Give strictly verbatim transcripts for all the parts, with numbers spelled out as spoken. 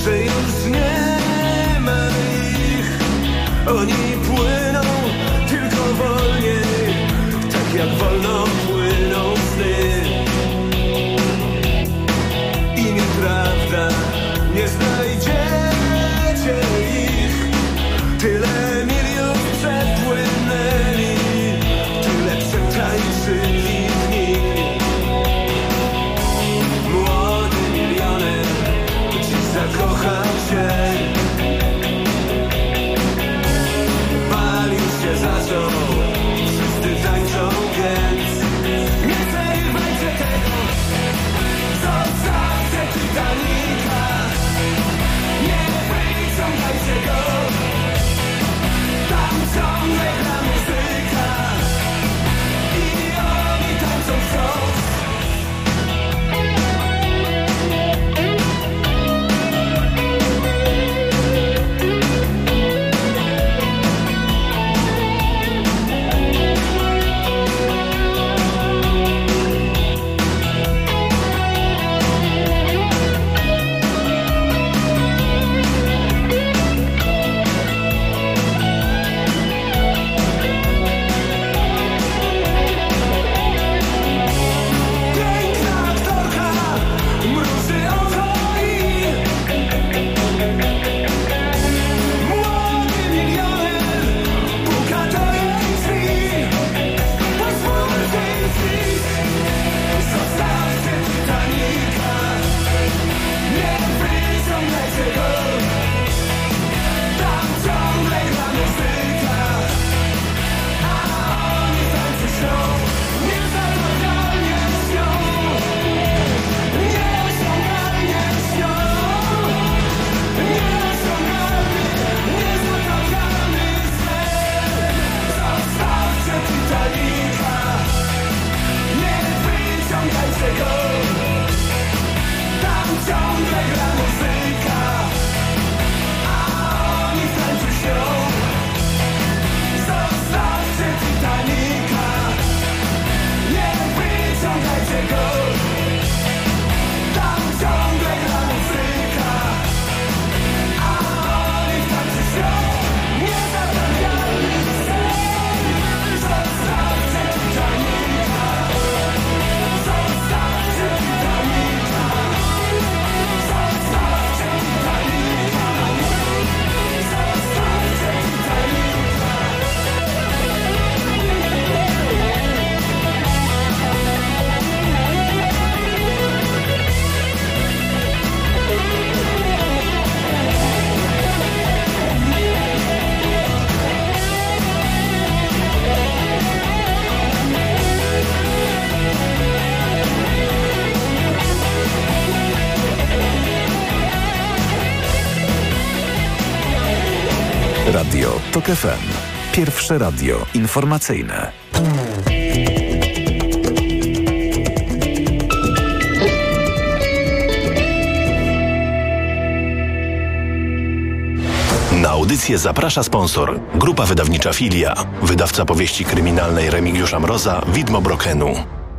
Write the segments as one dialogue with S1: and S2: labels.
S1: że już nie ma ich. Oni płyną tylko wolniej, tak jak wolno płyną sny. I nieprawda, nie znajdziecie ich. Tyle miliów przepłynęli, tyle przetańczyli dni. Młody milioner dziś zakochał się. Bal już się zaczął, wszyscy tańczą, więc nie zerwajcie tego. Zostawcie Titanica, nie wyciągajcie go. Tam ciągle gra muzyka i oni tańczą wciąż.
S2: Radio Tok F M. Pierwsze radio informacyjne.
S3: Na audycję zaprasza sponsor. Grupa wydawnicza Filia. Wydawca powieści kryminalnej Remigiusza Mroza, Widmo Brokenu.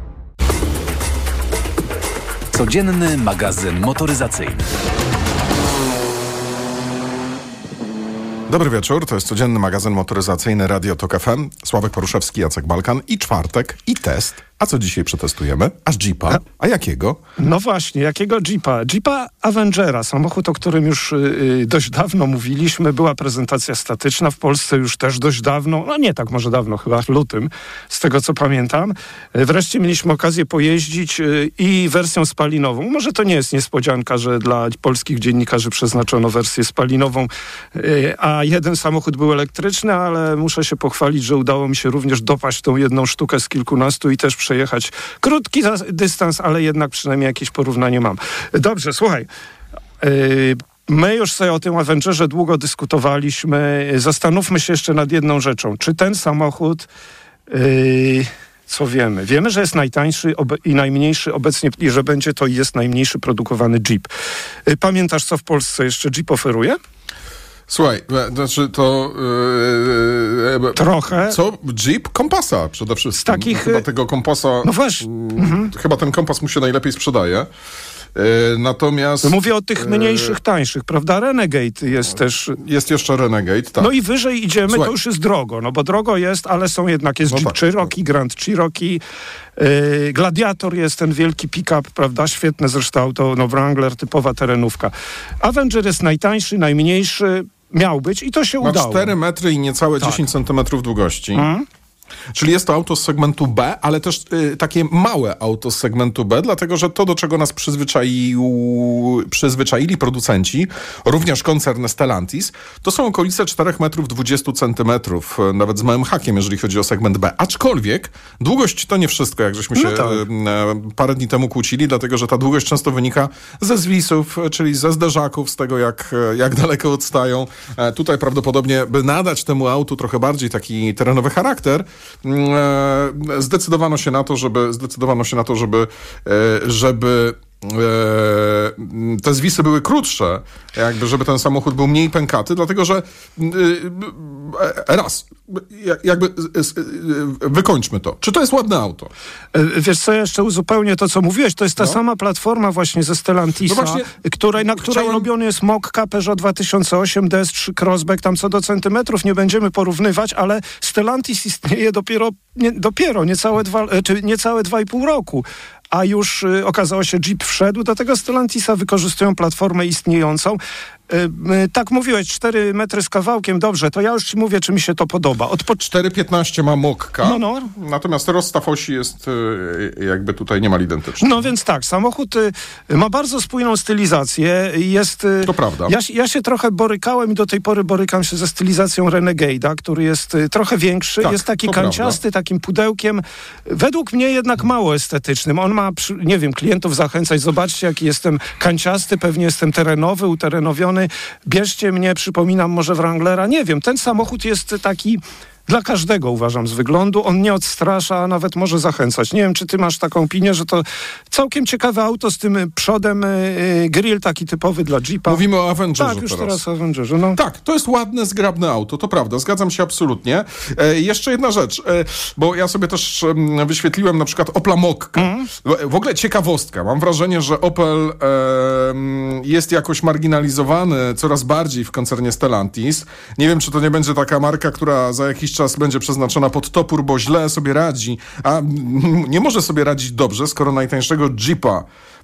S2: Codzienny magazyn motoryzacyjny.
S4: Dobry wieczór, to jest codzienny magazyn motoryzacyjny Radio Tok F M. Sławek Poruszewski, Jacek Balkan i czwartek, i test. A co dzisiaj przetestujemy? Aż Jeepa. A jakiego?
S5: No właśnie, jakiego Jeepa? Jeepa Avengera, samochód, o którym już yy, dość dawno mówiliśmy. Była prezentacja statyczna w Polsce już też dość dawno. No nie tak może dawno, chyba w lutym, z tego co pamiętam. Wreszcie mieliśmy okazję pojeździć yy, i wersją spalinową. Może to nie jest niespodzianka, że dla polskich dziennikarzy przeznaczono wersję spalinową, yy, a jeden samochód był elektryczny, ale muszę się pochwalić, że udało mi się również dopaść tą jedną sztukę z kilkunastu i też przejechać krótki dystans, ale jednak przynajmniej jakieś porównanie mam. Dobrze, słuchaj. Yy, my już sobie o tym Avengerze długo dyskutowaliśmy. Zastanówmy się jeszcze nad jedną rzeczą. Czy ten samochód... Yy, co wiemy? Wiemy, że jest najtańszy obe- i najmniejszy obecnie i że będzie to i jest najmniejszy produkowany Jeep. Yy, pamiętasz, co w Polsce jeszcze Jeep oferuje?
S4: Słuchaj, znaczy to... Yy,
S5: Trochę.
S4: Co? Jeep? Kompasa przede wszystkim.
S5: Z takich...
S4: Chyba tego kompasa...
S5: No właśnie.
S4: Mm, mhm. Chyba ten kompas mu się najlepiej sprzedaje. Natomiast...
S5: Mówię o tych mniejszych, tańszych, prawda? Renegade jest też...
S4: Jest jeszcze Renegade, tak.
S5: No i wyżej idziemy,
S4: Słuchaj.
S5: to już jest drogo, no bo drogo jest, ale są jednak, jest
S4: No
S5: Jeep
S4: tak,
S5: Cherokee, Grand Cherokee, yy, Gladiator jest ten wielki pick-up, prawda? Świetne zresztą auto, no Wrangler, typowa terenówka. Avenger jest najtańszy, najmniejszy, miał być i to się
S4: Ma
S5: udało.
S4: cztery metry i niecałe
S5: Tak.
S4: dziesięć centymetrów długości.
S5: Hmm?
S4: Czyli jest to auto z segmentu B, ale też y, takie małe auto z segmentu B, dlatego że to, do czego nas przyzwyczaił, przyzwyczaili producenci, również koncern Stellantis, to są okolice cztery metry dwadzieścia centymetrów, y, nawet z małym hakiem, jeżeli chodzi o segment B. Aczkolwiek długość to nie wszystko, jak żeśmy się
S5: No tak.
S4: y, y, parę dni temu kłócili, dlatego że ta długość często wynika ze zwisów, czyli ze zderzaków, z tego jak, jak daleko odstają. E, tutaj prawdopodobnie, by nadać temu autu trochę bardziej taki terenowy charakter, E, zdecydowano się na to, żeby zdecydowano się na to, żeby, e, żeby e, te zwisy były krótsze, jakby, żeby ten samochód był mniej pękaty, dlatego że e, raz, jakby e, wykończmy to. Czy to jest ładne auto?
S5: Wiesz co, ja jeszcze uzupełnię to, co mówiłeś, to jest ta
S4: No.
S5: sama platforma właśnie ze Stellantisa,
S4: No właśnie,
S5: której, na której
S4: chciałem-
S5: robiony jest Mokka, Peugeot dwa tysiące osiem, D S trzy Crossback, tam co do centymetrów nie będziemy porównywać, ale Stellantis istnieje dopiero, nie, dopiero niecałe dwa, czy niecałe dwa i pół roku. A już y, okazało się, Jeep wszedł do tego Stellantisa, wykorzystują platformę istniejącą. Y, y, tak mówiłeś, cztery metry z kawałkiem, dobrze, to ja już ci mówię, czy mi się to podoba. Od po...
S4: cztery piętnaście ma Mokka,
S5: No, no.
S4: natomiast rozstaw osi jest e, jakby tutaj niemal identyczny.
S5: No więc tak, samochód y, ma bardzo spójną stylizację. Jest, y,
S4: To prawda.
S5: Ja, ja się trochę borykałem i do tej pory borykam się ze stylizacją Renegade'a, który jest y, trochę większy,
S4: Tak,
S5: jest taki
S4: to
S5: kanciasty, takim pudełkiem. Według mnie jednak mało estetycznym. On ma, przy, nie wiem, klientów zachęcać, zobaczcie jaki jestem kanciasty, pewnie jestem terenowy, uterenowiony. Bierzcie mnie, przypominam może Wranglera. Nie wiem, ten samochód jest taki... Dla każdego, uważam, z wyglądu. On nie odstrasza, a nawet może zachęcać. Nie wiem, czy ty masz taką opinię, że to całkiem ciekawe auto z tym przodem, yy, grill taki typowy dla Jeepa.
S4: Mówimy o Avengerze
S5: Tak, już
S4: teraz.
S5: teraz o Avengerze. No.
S4: Tak, to jest ładne, zgrabne auto, to prawda, zgadzam się absolutnie. E, jeszcze jedna rzecz, e, bo ja sobie też e, wyświetliłem na przykład Opla Mokka.
S5: Mhm.
S4: W ogóle ciekawostka, mam wrażenie, że Opel e, jest jakoś marginalizowany coraz bardziej w koncernie Stellantis. Nie wiem, czy to nie będzie taka marka, która za jakiś czas będzie przeznaczona pod topór, bo źle sobie radzi, a mm, nie może sobie radzić dobrze, skoro najtańszego Jeepa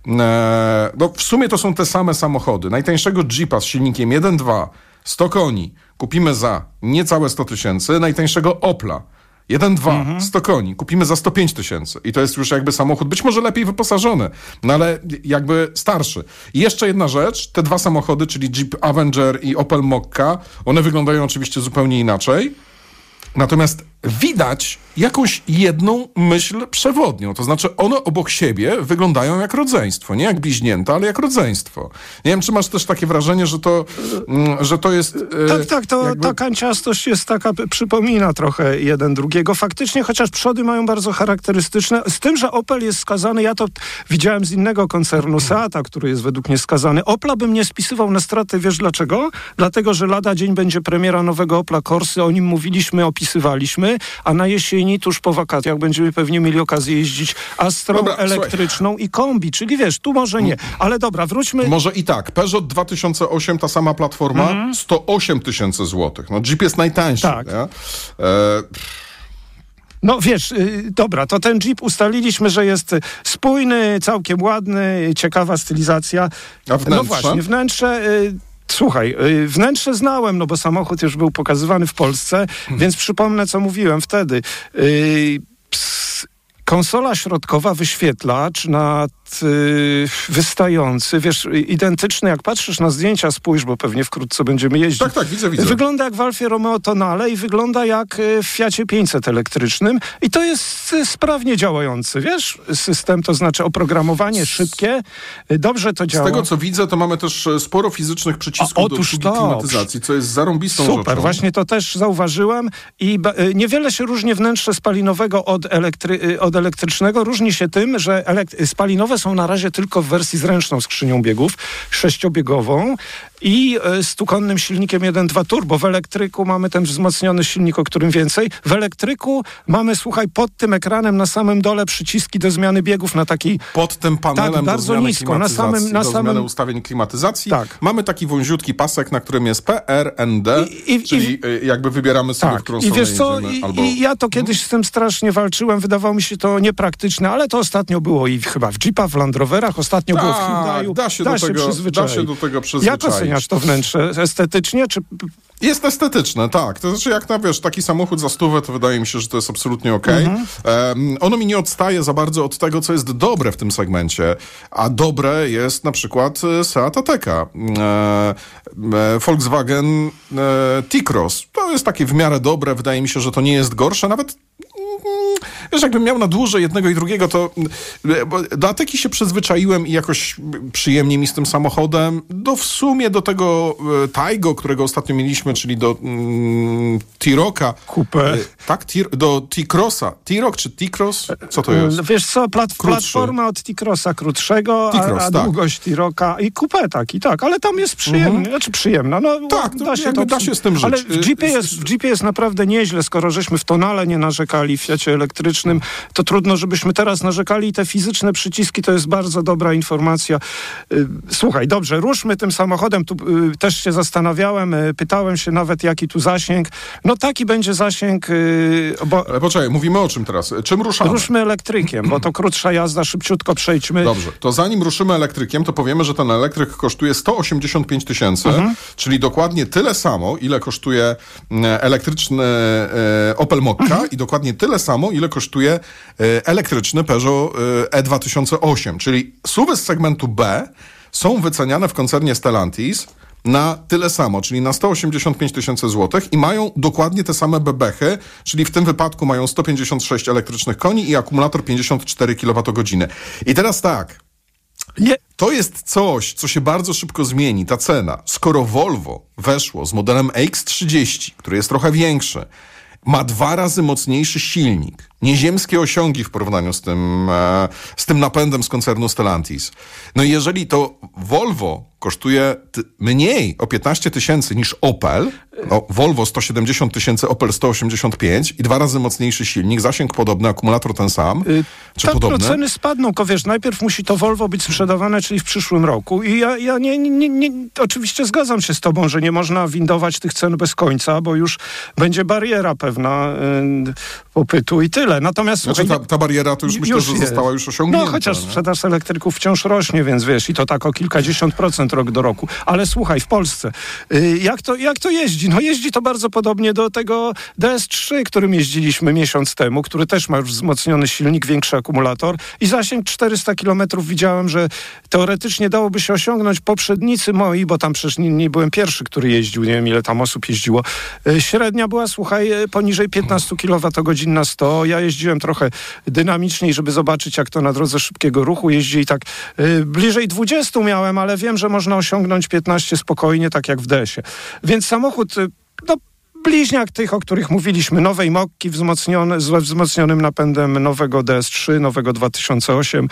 S4: e, no w sumie to są te same samochody. Najtańszego Jeepa z silnikiem jeden przecinek dwa, sto koni, kupimy za niecałe sto tysięcy. Najtańszego Opla jeden przecinek dwa, sto koni, kupimy za sto pięć tysięcy. I to jest już jakby samochód być może lepiej wyposażony, no ale jakby starszy. I jeszcze jedna rzecz, te dwa samochody, czyli Jeep Avenger i Opel Mokka, one wyglądają oczywiście zupełnie inaczej. Natomiast widać jakąś jedną myśl przewodnią. To znaczy one obok siebie wyglądają jak rodzeństwo. Nie jak bliźnięta, ale jak rodzeństwo. Nie wiem, czy masz też takie wrażenie, że to, mm, że to jest... e,
S5: Tak, tak, to,
S4: jakby...
S5: ta kanciastość jest taka, p- przypomina trochę jeden drugiego. Faktycznie, chociaż przody mają bardzo charakterystyczne, z tym, że Opel jest skazany, ja to widziałem z innego koncernu Seata, który jest według mnie skazany. Opla bym nie spisywał na straty, wiesz dlaczego? Dlatego, że lada dzień będzie premiera nowego Opla Corsy, o nim mówiliśmy, opisywaliśmy, a na jesieni, tuż po wakacjach, będziemy pewnie mieli okazję jeździć Astrą
S4: Dobra,
S5: elektryczną słuchaj. i kombi, czyli wiesz, tu może nie. Ale dobra, wróćmy...
S4: Może i tak. Peugeot dwa tysiące osiem, ta sama platforma,
S5: Mhm.
S4: sto osiem tysięcy złotych. No Jeep jest najtańszy.
S5: Tak.
S4: Nie? E,
S5: No wiesz, yy, dobra, to ten Jeep ustaliliśmy, że jest spójny, całkiem ładny, ciekawa stylizacja.
S4: A wnętrze?
S5: No właśnie, wnętrze... Yy, Słuchaj, yy, wnętrze znałem, no bo samochód już był pokazywany w Polsce,
S4: Hmm.
S5: więc przypomnę, co mówiłem wtedy. Yy, ps, konsola środkowa, wyświetlacz nad yy, wystający, wiesz, identyczny, jak patrzysz na zdjęcia, spójrz, bo pewnie wkrótce będziemy jeździć.
S4: tak, tak, widzę, widzę.
S5: Wygląda jak w Alfie Romeo Tonale i wygląda jak y, w Fiacie pięćset elektrycznym i to jest y, sprawnie działający, wiesz, system, to znaczy oprogramowanie szybkie, y, dobrze to
S4: Z
S5: działa.
S4: tego, co widzę, to mamy też e, sporo fizycznych przycisków
S5: A,
S4: do
S5: otóż
S4: obsługi
S5: to.
S4: klimatyzacji, co jest zarąbistą
S5: Super,
S4: rzeczą.
S5: właśnie to też zauważyłem i ba- y, niewiele się różni wnętrze spalinowego od, elektry- y, od elektrycznego. Różni się tym, że elek- spalinowe są na razie tylko w wersji z ręczną skrzynią biegów, sześciobiegową. i e, stukonnym silnikiem jeden przecinek dwa turbo. W elektryku mamy ten wzmocniony silnik, o którym więcej. W elektryku mamy, słuchaj, pod tym ekranem na samym dole przyciski do zmiany biegów na takiej...
S4: Pod tym panelem
S5: tak,
S4: do
S5: bardzo
S4: zmiany
S5: nisko, na samym, na
S4: do
S5: samym...
S4: zmiany ustawień klimatyzacji.
S5: Tak.
S4: Mamy taki wąziutki pasek, na którym jest P, R, N, D,
S5: I- i-
S4: czyli i, jakby wybieramy sobie,
S5: Tak,
S4: w którą
S5: i
S4: stronę
S5: wiesz co,
S4: jedziemy.
S5: i,
S4: albo...
S5: i ja to kiedyś z tym strasznie walczyłem, wydawało mi się to niepraktyczne, ale to ostatnio było i chyba w Jeepach, w Land Roverach, ostatnio było w
S4: Tak,
S5: Hyundaiu.
S4: da się do tego-
S5: przyzwyczaić.
S4: da się do tego przyzwyczaić.
S5: Jak oceniasz to wnętrze? Estetycznie, czy...
S4: Jest estetyczne, tak. To znaczy, jak na wiesz, taki samochód za stówę, to wydaje mi się, że to jest absolutnie okej.
S5: Mhm.
S4: Um, ono mi nie odstaje za bardzo od tego, co jest dobre w tym segmencie. A dobre jest na przykład e, Seat Ateca. E, e, Volkswagen e, T-Cross. To jest takie w miarę dobre. Wydaje mi się, że to nie jest gorsze. Nawet wiesz, jakbym miał na dłużej jednego i drugiego, to bo do Ateki się przyzwyczaiłem i jakoś przyjemnie mi z tym samochodem. Do w sumie do tego e, Taigo, którego ostatnio mieliśmy, czyli do mm, T-Rocka.
S5: Coupé.
S4: E, tak, T- do T-Crossa. T-Rock czy T-Cross? Co to jest?
S5: Wiesz co, plat,
S4: Krótszy.
S5: platforma od T-Crossa krótszego,
S4: T-Cross,
S5: a, a
S4: tak.
S5: długość T-Rocka i coupé taki, tak, ale tam jest przyjemny, znaczy przyjemna. No,
S4: Tak, to
S5: da się,
S4: jakby da się z tym żyć.
S5: Ale w Jeepie, jest, w Jeepie jest naprawdę nieźle, skoro żeśmy w Tonale nie narzekali, w Fiacie elektrycznym, to trudno, żebyśmy teraz narzekali. Te fizyczne przyciski to jest bardzo dobra informacja. Y, Słuchaj, dobrze, ruszmy tym samochodem. Tu y, też się zastanawiałem, y, pytałem się nawet, jaki tu zasięg. No taki będzie zasięg, y, bo
S4: Ale poczekaj, mówimy o czym teraz? Czym ruszamy?
S5: ruszmy elektrykiem, bo to krótsza jazda, szybciutko przejdźmy.
S4: Dobrze, to zanim ruszymy elektrykiem, to powiemy, że ten elektryk kosztuje sto osiemdziesiąt pięć tysięcy,
S5: Mhm.
S4: czyli dokładnie tyle samo, ile kosztuje mm, elektryczny e, Opel Mokka
S5: Mhm.
S4: i dokładnie tyle samo, ile kosztuje e, elektryczny Peugeot e, E dwa tysiące osiem. Czyli S U V y z segmentu B są wyceniane w koncernie Stellantis na tyle samo, czyli na sto osiemdziesiąt pięć tysięcy złotych i mają dokładnie te same bebechy, czyli w tym wypadku mają sto pięćdziesiąt sześć elektrycznych koni i akumulator pięćdziesiąt cztery kilowatogodziny. I teraz tak,
S5: Je,
S4: to jest coś, co się bardzo szybko zmieni, ta cena. Skoro Volvo weszło z modelem E X trzydzieści, który jest trochę większy, ma dwa razy mocniejszy silnik, nieziemskie osiągi w porównaniu z tym, e, z tym napędem z koncernu Stellantis. No i jeżeli to Volvo kosztuje t- mniej o piętnaście tysięcy niż Opel, no Volvo sto siedemdziesiąt tysięcy, Opel sto osiemdziesiąt pięć i dwa razy mocniejszy silnik, zasięg podobny, akumulator ten sam, czy
S5: tak,
S4: podobny?
S5: ceny spadną, tylko wiesz, najpierw musi to Volvo być sprzedawane, czyli w przyszłym roku. I ja, ja nie, nie, nie, nie, oczywiście zgadzam się z tobą, że nie można windować tych cen bez końca, bo już będzie bariera pewna y, popytu i tyle. Natomiast
S4: Znaczy ta,
S5: słuchaj,
S4: ta bariera to już, myślę, że
S5: jest.
S4: została już osiągnięta.
S5: No chociaż
S4: nie?
S5: sprzedaż elektryków wciąż rośnie, więc wiesz, i to tak o kilkadziesiąt procent rok do roku. Ale słuchaj, w Polsce, y, jak, to, jak to jeździ? No jeździ to bardzo podobnie do tego D S trzy, którym jeździliśmy miesiąc temu, który też ma już wzmocniony silnik, większy akumulator i zasięg czterysta kilometrów. Widziałem, że teoretycznie dałoby się osiągnąć. Poprzednicy moi, bo tam przecież nie, nie byłem pierwszy, który jeździł, nie wiem ile tam osób jeździło. Y, Średnia była, słuchaj, y, poniżej piętnaście kilowatogodzin na sto. Ja jeździłem trochę dynamiczniej, żeby zobaczyć, jak to na drodze szybkiego ruchu jeździ i tak y, bliżej dwudziestu miałem, ale wiem, że można osiągnąć piętnaście spokojnie, tak jak w D S ie. Więc samochód, y, no bliźniak tych, o których mówiliśmy, nowej Mokki wzmocnione, z wzmocnionym napędem nowego D S trzy, nowego dwa tysiące osiem.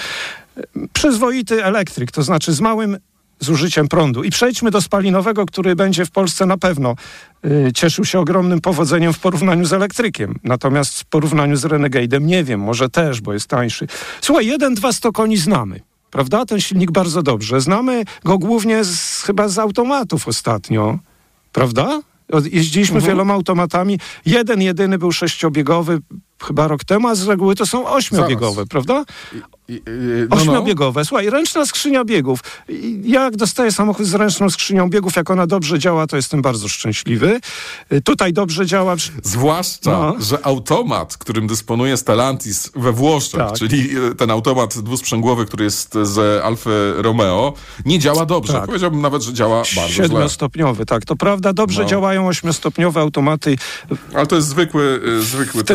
S5: Przyzwoity elektryk, to znaczy z małym zużyciem prądu. I przejdźmy do spalinowego, który będzie w Polsce na pewno y, cieszył się ogromnym powodzeniem w porównaniu z elektrykiem. Natomiast w porównaniu z Renegade'em nie wiem, może też, bo jest tańszy. Słuchaj, jeden, dwa sto koni znamy. Prawda? Ten silnik bardzo dobrze. Znamy go głównie z, chyba z automatów ostatnio. Prawda? Jeździliśmy
S4: Mhm.
S5: wieloma automatami. Jeden, jedyny był sześciobiegowy chyba rok temu, a z reguły to są ośmiobiegowe,
S4: Zaraz.
S5: prawda?
S4: I, i, no, no.
S5: Ośmiobiegowe. Słuchaj, ręczna skrzynia biegów. I ja jak dostaję samochód z ręczną skrzynią biegów, jak ona dobrze działa, to jestem bardzo szczęśliwy. Y, Tutaj dobrze działa.
S4: Zwłaszcza,
S5: No.
S4: że automat, którym dysponuje Stellantis we Włoszech,
S5: Tak.
S4: czyli e, ten automat dwusprzęgłowy, który jest z Alfy Romeo, nie działa dobrze.
S5: Tak.
S4: Powiedziałbym nawet, że działa bardzo źle.
S5: Siedmiostopniowy, tak. To prawda, dobrze
S4: No.
S5: działają ośmiostopniowe automaty.
S4: Ale to jest zwykły, e, zwykły,
S5: W tym-
S4: ten, zwykły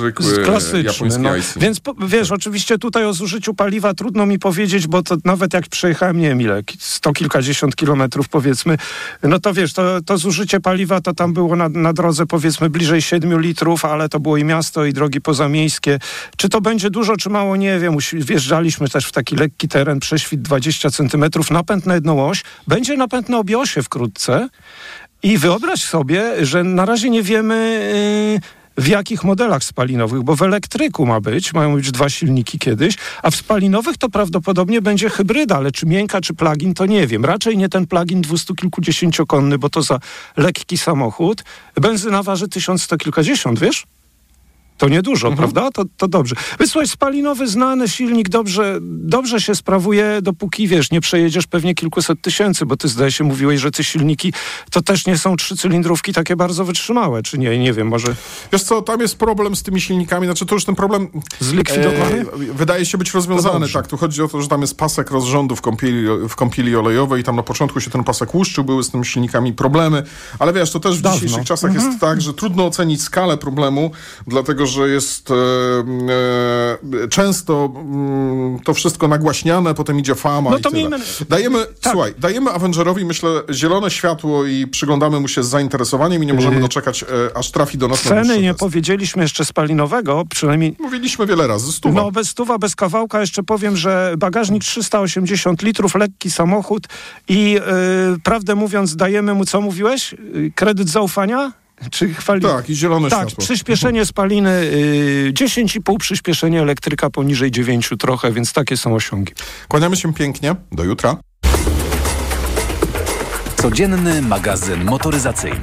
S4: zwykły
S5: klasyczny,
S4: japoński
S5: no.
S4: I C.
S5: Więc po, wiesz, oczywiście tutaj o zużyciu paliwa trudno mi powiedzieć, bo to nawet jak przejechałem, nie wiem ile, sto kilkadziesiąt kilometrów powiedzmy, no to wiesz, to, to zużycie paliwa to tam było na, na drodze powiedzmy bliżej siedmiu litrów, ale to było i miasto, i drogi pozamiejskie. Czy to będzie dużo, czy mało, nie wiem. Wjeżdżaliśmy też w taki lekki teren, prześwit dwadzieścia centymetrów, napęd na jedną oś. Będzie napęd na obie osie wkrótce. I wyobraź sobie, że na razie nie wiemy yy, w jakich modelach spalinowych, bo w elektryku ma być, mają być dwa silniki kiedyś, a w spalinowych to prawdopodobnie będzie hybryda, ale czy miękka, czy plug-in, to nie wiem. Raczej nie ten plug-in dwustu-kilkudziesięciokonny, bo to za lekki samochód. Benzyna waży tysiąc sto kilkadziesiąt, wiesz? To niedużo, mhm. prawda? To, to dobrze. Wysłuchaj, spalinowy, znany silnik dobrze, dobrze się sprawuje, dopóki, wiesz, nie przejedziesz pewnie kilkuset tysięcy, bo ty, zdaje się, mówiłeś, że te silniki to też nie są trzycylindrówki takie bardzo wytrzymałe, czy nie? Nie wiem, może...
S4: Wiesz co, tam jest problem z tymi silnikami, znaczy to już ten problem...
S5: Zlikwidowany?
S4: E, wydaje się być rozwiązany, tak. Tu chodzi o to, że tam jest pasek rozrządu w kąpieli, w kąpieli olejowej i tam na początku się ten pasek łuszczył, były z tymi silnikami problemy, ale wiesz, to też w
S5: Dawno.
S4: dzisiejszych czasach
S5: mhm.
S4: jest tak, że trudno ocenić skalę problemu, dlatego, że jest e, e, często m, to wszystko nagłaśniane, potem idzie fama
S5: no
S4: i
S5: to
S4: tyle.
S5: miejmy...
S4: Dajemy,
S5: tak.
S4: słuchaj, dajemy Avengerowi, myślę, zielone światło i przyglądamy mu się z zainteresowaniem i nie możemy doczekać, e, aż trafi do nas.
S5: Ceny nie powiedzieliśmy jeszcze spalinowego, przynajmniej...
S4: Mówiliśmy wiele razy, stuwa.
S5: No bez stuwa, bez kawałka. Jeszcze powiem, że bagażnik trzysta osiemdziesiąt litrów, lekki samochód i yy, prawdę mówiąc dajemy mu, co mówiłeś? Yy, kredyt zaufania? Czy chwali...
S4: Tak, i zielone
S5: tak,
S4: światło.
S5: Przyspieszenie spaliny yy, dziesięć i pół, przyspieszenie elektryka poniżej dziewięciu trochę, więc takie są osiągi.
S4: Kłaniamy się pięknie. Do jutra.
S2: Codzienny magazyn motoryzacyjny.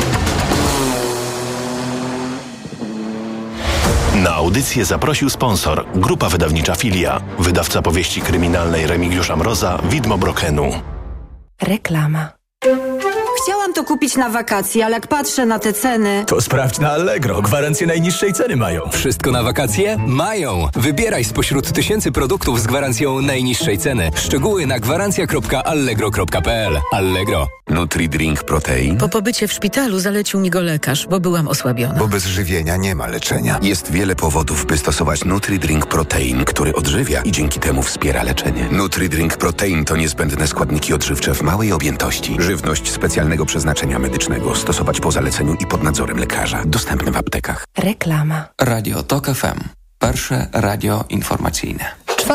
S3: Na audycję zaprosił sponsor, grupa wydawnicza Filia, wydawca powieści kryminalnej Remigiusza Mroza, Widmo Brokenu.
S6: Reklama.
S7: Chciałam to kupić na wakacje, ale jak patrzę na te ceny...
S8: To sprawdź na Allegro. Gwarancję najniższej ceny mają.
S9: Wszystko na wakacje? Mają. Wybieraj spośród tysięcy produktów z gwarancją najniższej ceny. Szczegóły na gwarancja kropka allegro kropka p l. Allegro.
S10: Nutri-Drink Protein?
S11: Po pobycie w szpitalu zalecił mi go lekarz, bo byłam osłabiona.
S10: Bo bez żywienia nie ma leczenia. Jest wiele powodów, by stosować Nutri-Drink Protein, który odżywia i dzięki temu wspiera leczenie. Nutri-Drink Protein to niezbędne składniki odżywcze w małej objętości. Żywność specjalnego przeznaczenia medycznego. Stosować po zaleceniu i pod nadzorem lekarza. Dostępne w aptekach.
S6: Reklama.
S12: Radio Tok F M. Pierwsze radio informacyjne.